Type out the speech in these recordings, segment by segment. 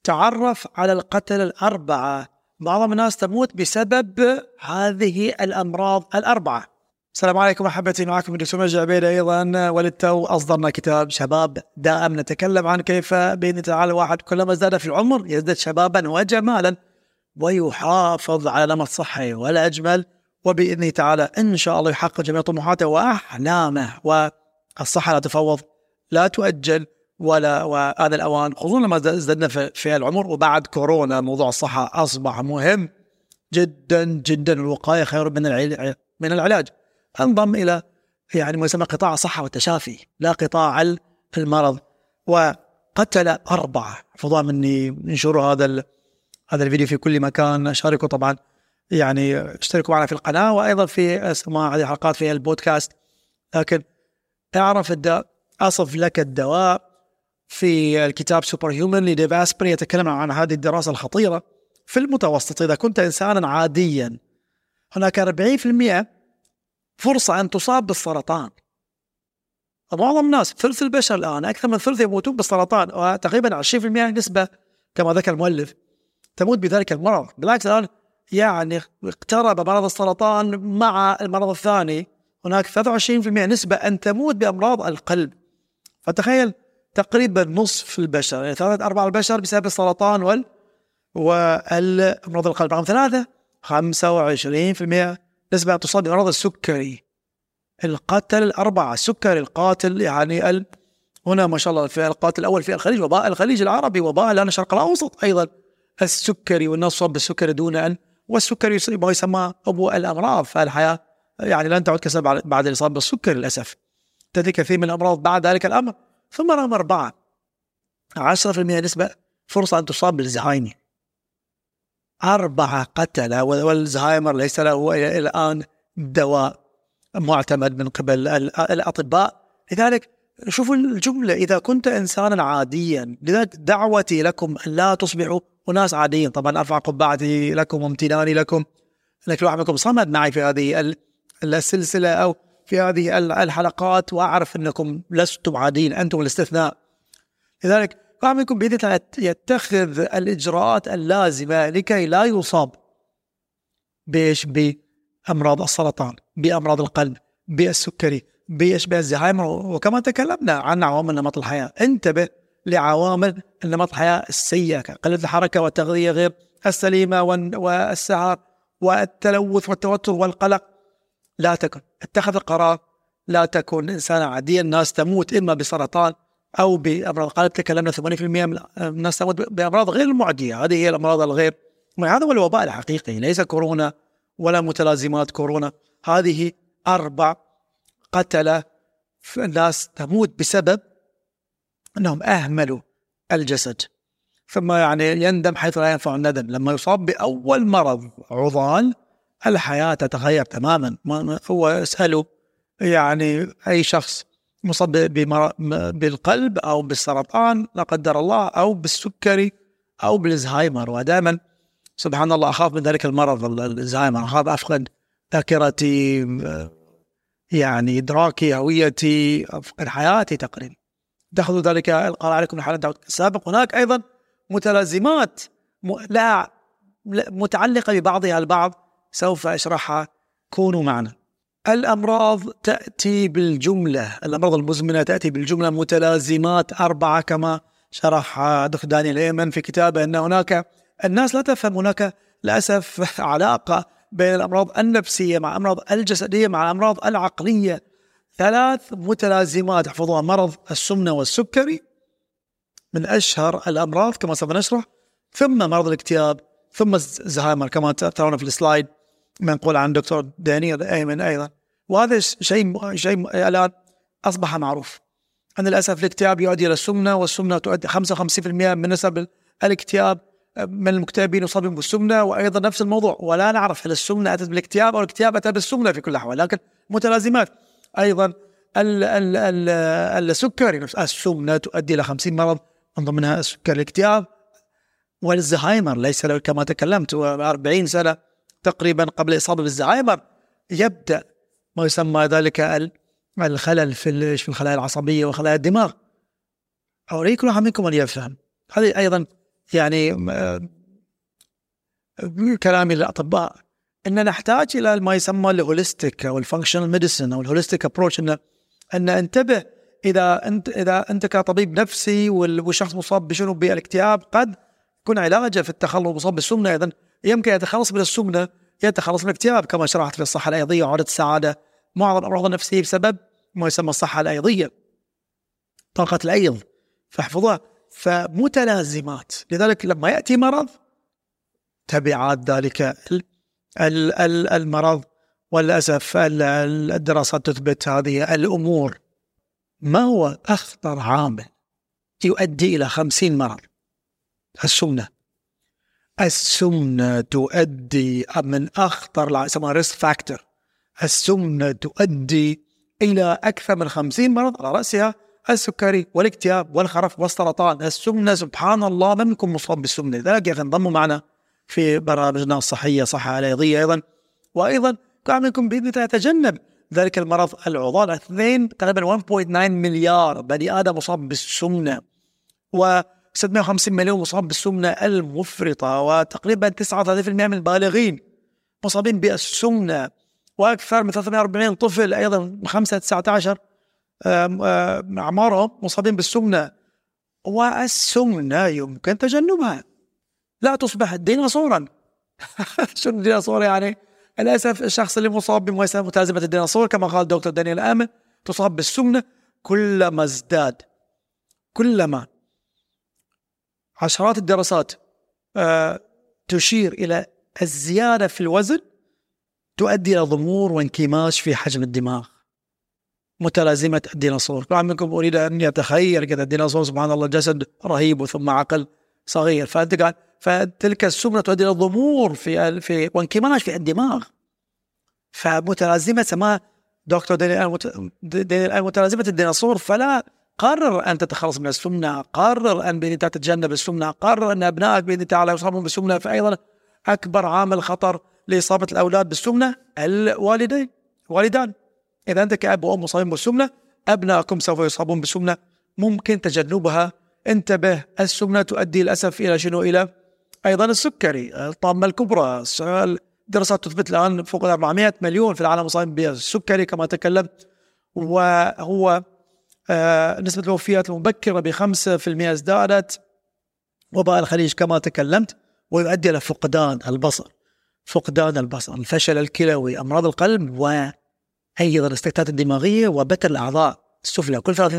تعرف على القتلة الأربعة. معظم الناس تموت بسبب هذه الأمراض الأربعة. السلام عليكم أحبتي، معكم الدكتور مجدي عبيدة. أيضا وللتو أصدرنا كتاب شباب دائم، نتكلم عن كيف بإذن تعالى الواحد كلما ازداد في العمر يزداد شبابا وجمالا ويحافظ على نمط صحي والأجمل، وبإذن تعالى إن شاء الله يحقق جميع طموحاته وأحلامه. والصحة لا تفوض، لا تؤجل، وهذا الأوان، خصوصا لما ازددنا في العمر. وبعد كورونا موضوع الصحة أصبح مهم جدا جدا. الوقاية خير من العلاج. انضم إلى ما يسمى قطاع الصحة والتشافي، لا قطاع المرض. وقتل 4 فضاء مني انشروا هذا الفيديو في كل مكان. شاركوا طبعا، اشتركوا معنا في القناة، وأيضا في سماع هذه الحلقات في البودكاست. لكن اعرف الدواء، أصف لك الدواء في الكتاب سوبر هيومن لديف أسبري. يتكلم عن هذه الدراسة الخطيرة. في المتوسط إذا كنت إنسانا عاديا هناك 40% فرصة أن تصاب بالسرطان. معظم الناس، ثلث البشر الآن، أكثر من ثلث يموتون بالسرطان، وتقريبا 20% نسبة كما ذكر المؤلف تموت بذلك المرض. بالعكس الآن اقترب مرض السرطان مع المرض الثاني. هناك 23% نسبة أن تموت بأمراض القلب. فتخيل تقريبا نصف البشر، 3/4 البشر بسبب السرطان والأمراض القلب. رقم 3، 25% نسبة تصاب بمرض السكري. القاتل 4 السكري القاتل، هنا ما شاء الله في القاتل الأول في الخليج، وباء الخليج العربي، وباء الآن الشرق الأوسط أيضا السكري. والناس صاب بالسكري دون والسكري ما يسمى أبو الأمراض. فالحياة لن تعود كسبب بعد الإصابة بالسكري للأسف. تأتي كثير من الأمراض بعد ذلك الأمر. ثم رقم 4، 10% نسبة فرصة أن تصاب بالزهايمر. 4 قتلة. والزهايمر ليس له إلى الآن دواء معتمد من قبل الأطباء. لذلك شوفوا الجملة: إذا كنت إنسانا عاديا. لذلك دعوتي لكم أن لا تصبحوا أناس عاديين. طبعا أرفع قبعتي لكم وامتناني لكم أن كل واحد منكم صمد معي في هذه السلسلة أو في هذه الحلقات، وأعرف أنكم لستم عاديين، أنتم الاستثناء. لذلك واحد منكم بإذن الله يتخذ الإجراءات اللازمة لكي لا يصاب بأمراض السرطان، بأمراض القلب، بالسكري، بالزهايمر. وكما تكلمنا عن عوامل نمط الحياة، انتبه لعوامل نمط الحياة السيئة: قلة الحركة والتغذية غير السليمة والسهر والتلوث والتوتر والقلق. لا تكن، اتخذ القرار، لا تكن إنسانا عاديا. الناس تموت إما بسرطان أو بأمراض القلب. تكلمنا 80% من الناس تموت بأمراض غير المعدية. هذه هي الأمراض الغير، هذا هو الوباء الحقيقي، ليس كورونا ولا متلازمات كورونا. هذه 4 قتلة الناس تموت بسبب أنهم أهملوا الجسد. ثم يندم حيث لا ينفع الندم. لما يصاب بأول مرض عضال الحياة تتغير تماما. هو اسألوا أي شخص مصاب بالقلب أو بالسرطان لا قدر الله، أو بالسكري أو بالزهايمر. ودائما سبحان الله أخاف من ذلك المرض الزهايمر. أخاف أفقد ذاكرتي، إدراكي، هويتي، أفقد حياتي تقريبا. تأخذوا ذلك القرار عليكم الحالة السابق. هناك أيضا متلازمات لا متعلقة ببعضها البعض، سوف أشرحها. كونوا معنا. الأمراض تأتي بالجملة، الأمراض المزمنة تأتي بالجملة متلازمات 4 كما شرح دكتور دانيال إيمن في كتابه. أن هناك الناس لا تفهم، هناك للأسف علاقة بين الأمراض النفسية مع الأمراض الجسدية مع الأمراض العقلية. 3 متلازمات احفظوها: مرض السمنة والسكري من أشهر الأمراض كما سوف نشرح، ثم مرض الاكتئاب، ثم الزهايمر كما ترون في السلايد منقول عن دكتور دانيال أيمن أيضا. وهذا شيء الآن أصبح معروف أن للأسف الاكتئاب يؤدي إلى السمنة، والسمنة تؤدي 55% من نسب الاكتئاب من المكتئبين يصابون بالسمنة. وأيضا نفس الموضوع، ولا نعرف هل السمنة أتت بالاكتئاب أو الاكتئاب أتى بالسمنة في كل الأحوال، لكن متلازمات. أيضا السكري، السمنة تؤدي إلى 50 مرض من ضمنها السكري، الاكتئاب والزهايمر. ليس كما تكلمت 40 سنة تقريبا قبل الإصابة بالزهايمر يبدأ ما يسمى ذلك الخلل في الخلايا العصبية وخلايا الدماغ. أريد كل واحد منكم أن يفهم. هذه أيضا يعني كلامي للأطباء أن نحتاج إلى ما يسمى الهوليستيك أو الفانكشنال ميديسن أو الهوليستيك أبروتش، أن انتبه إذا أنت كطبيب نفسي والشخص مصاب بشنو بالاكتئاب، قد يكون علاجه في التخلص مصاب بالسمنة أيضا يمكن يتخلص من السمنة يتخلص من الاكتئاب، كما شرحت في الصحة الأيضية وعودة السعادة. معظم الأمراض النفسية بسبب ما يسمى الصحة الأيضية، طاقة الأيض، فاحفظها. فمتلازمات، لذلك لما يأتي مرض تبعات ذلك المرض، وللأسف الدراسات تثبت هذه الأمور. ما هو أخطر عامل يؤدي إلى 50 مرض؟ السمنة تؤدي من أخطر، يسمى ريسك فاكتور. السمنة تؤدي إلى أكثر من 50 مرض، على رأسها السكري والاكتئاب والخرف والسرطان. السمنة سبحان الله ما منكم مصاب بالسمنة، لذلك يا أخي انضموا معنا في برامجنا الصحية صحة الأيضية أيضا، وأيضا كل منكم بإذن الله يتجنب ذلك المرض العضال. تقريبا 1.9 مليار بني آدم مصاب بالسمنة، و650 مليون مصاب بالسمنة المفرطة، وتقريبا 39% من البالغين مصابين بالسمنة، وأكثر من 340 طفل أيضا من 5-19 أعمارهم مصابين بالسمنة. والسمنة يمكن تجنبها، لا تصبح ديناصورا. شنو ديناصور يعني؟ للأسف الشخص اللي مصاب بمتلازمة الديناصور كما قال دكتور دانيال آمن تصاب بالسمنة كلما عشرات الدراسات تشير إلى الزيادة في الوزن تؤدي إلى ضمور وانكماش في حجم الدماغ. متلازمة الديناصور، كل عام منكم أريد أن يتخيل كذا الديناصور سبحان الله جسد رهيب وثم عقل صغير، فتلك السمنة تؤدي إلى ضمور في وانكماش في الدماغ. فمتلازمة سماها دكتور دانيال متلازمة الديناصور. فلا قرر أن تتخلص من السمنة، قرر أن بإذن تتجنب السمنة، قرر أن أبنائك بإذن تعالى يصابون بالسمنة. فأيضا أكبر عامل خطر لإصابة الأولاد بالسمنة الوالدان. إذا أنت كأب وأم مصابين بالسمنة، أبنائكم سوف يصابون بالسمنة، ممكن تجنبها. انتبه، السمنة تؤدي للأسف إلى شنو؟ إلى أيضا السكري، الطامة الكبرى. دراسات تثبت الآن فوق 400 مليون في العالم مصابين بالسكري كما تكلمت، وهو نسبة الوفيات المبكرة ب5% ازدادت. وباء الخليج كما تكلمت، ويؤدي إلى فقدان البصر، الفشل الكلوي، أمراض القلب، وأيضا السكتات الدماغية وبتر الأعضاء السفلى.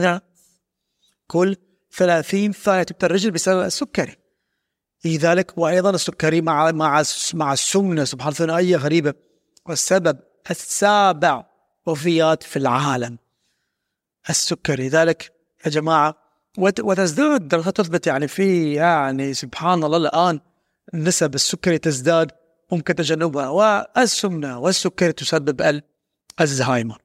كل 30 ثانية تبتر الرجل بسبب السكري. لذلك وأيضا السكري مع السمنة سبحان الله ثنائية غريبة، والسبب السابع وفيات في العالم السكري. ذلك يا جماعة وتزداد الدراسات تثبت يعني سبحان الله الآن نسب السكري تزداد، ممكن تجنبها. والسمنة والسكري تسبب الزهايمر.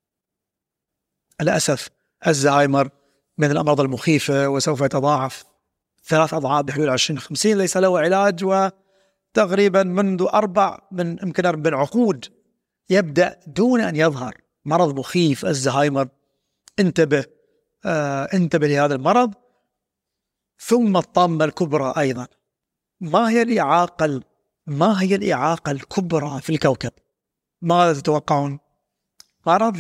للأسف الزهايمر من الأمراض المخيفة، وسوف يتضاعف 3 أضعاف بحلول 2050. ليس له علاج، وتقريبا منذ يمكن 4 عقود يبدأ دون أن يظهر مرض مخيف الزهايمر. انتبه لهذا المرض. ثم الطامة الكبرى أيضا. ما هي الإعاقة الكبرى في الكوكب؟ ماذا تتوقعون؟ مرض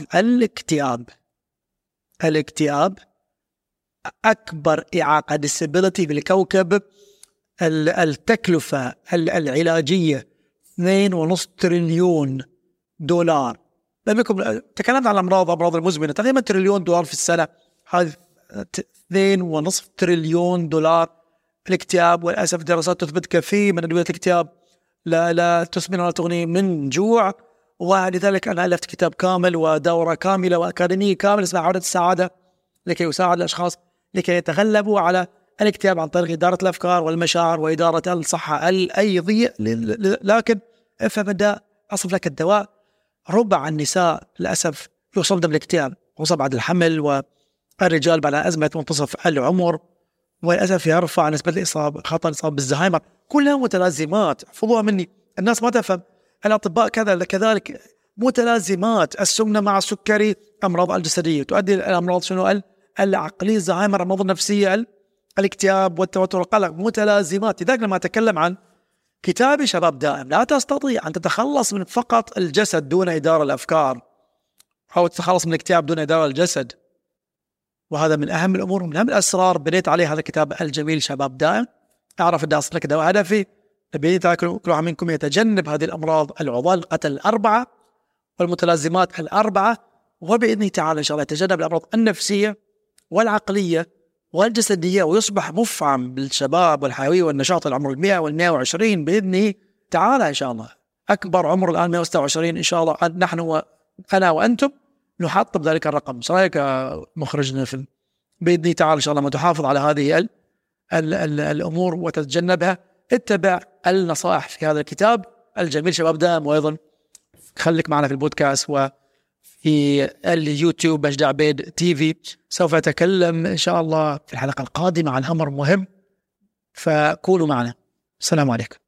الاكتئاب أكبر إعاقة disability في الكوكب. التكلفة العلاجية 2.5 تريليون دولار. تكلمت عن الأمراض المزمنة، تقريبا $1 تريليون في السنة. هذه 2.5 تريليون دولار الاكتئاب. وللأسف دراسات تثبت كثير من أدوية الاكتئاب لا تسمن ولا تغني من جوع. ولذلك أنا ألفت كتاب كامل ودورة كاملة وأكاديمية كاملة اسمها عودة السعادة، لكي يساعد الأشخاص لكي يتغلبوا على الاكتئاب عن طريق إدارة الأفكار والمشاعر وإدارة الصحة الأيضية. لكن افهم الداء أصف لك الدواء. ربع النساء للأسف يصابن بالاكتئاب، خصوصا بعد الحمل، والرجال بعد أزمة منتصف العمر، وللأسف يرفع نسبة خطر الإصابة بالزهايمر. كلها متلازمات، احفظوها مني، الناس ما تفهم. الأطباء كذلك متلازمات. السمنة مع السكري، أمراض الجسدية تؤدي إلى أمراض شنو؟ العقلية، الزهايمر، الأمراض النفسية الاكتئاب والتوتر والقلق متلازمات. لذلك لما أتكلم عن كتابي شباب دائم، لا تستطيع أن تتخلص من فقط الجسد دون إدارة الأفكار، أو تتخلص من الاكتئاب دون إدارة الجسد. وهذا من أهم الأمور ومن أهم الأسرار بنيت عليه هذا الكتاب الجميل شباب دائم. أعرف أن أصل لك دواء هدفي، بإذن كل واحد منكم يتجنب هذه الأمراض العضال الأربعة والمتلازمات الأربعة، وبإذن تعالى إن شاء الله يتجنب الأمراض النفسية والعقلية والجسدية، ويصبح مفعم بالشباب والحيوية والنشاط العمر 100 وال120 بإذن تعالى إن شاء الله. أكبر عمر الآن 126 إن شاء الله، نحن أنا وأنتم نحطم ذلك الرقم. رأيك مخرجنا بإذن تعالى إن شاء الله ما تحافظ على هذه الأمور وتتجنبها. اتبع النصائح في هذا الكتاب الجميل شباب دائم، وأيضا خليك معنا في البودكاست وفي اليوتيوب مجدي عبيد TV. سوف أتكلم إن شاء الله في الحلقة القادمة عن أمر مهم، فكونوا معنا. السلام عليكم.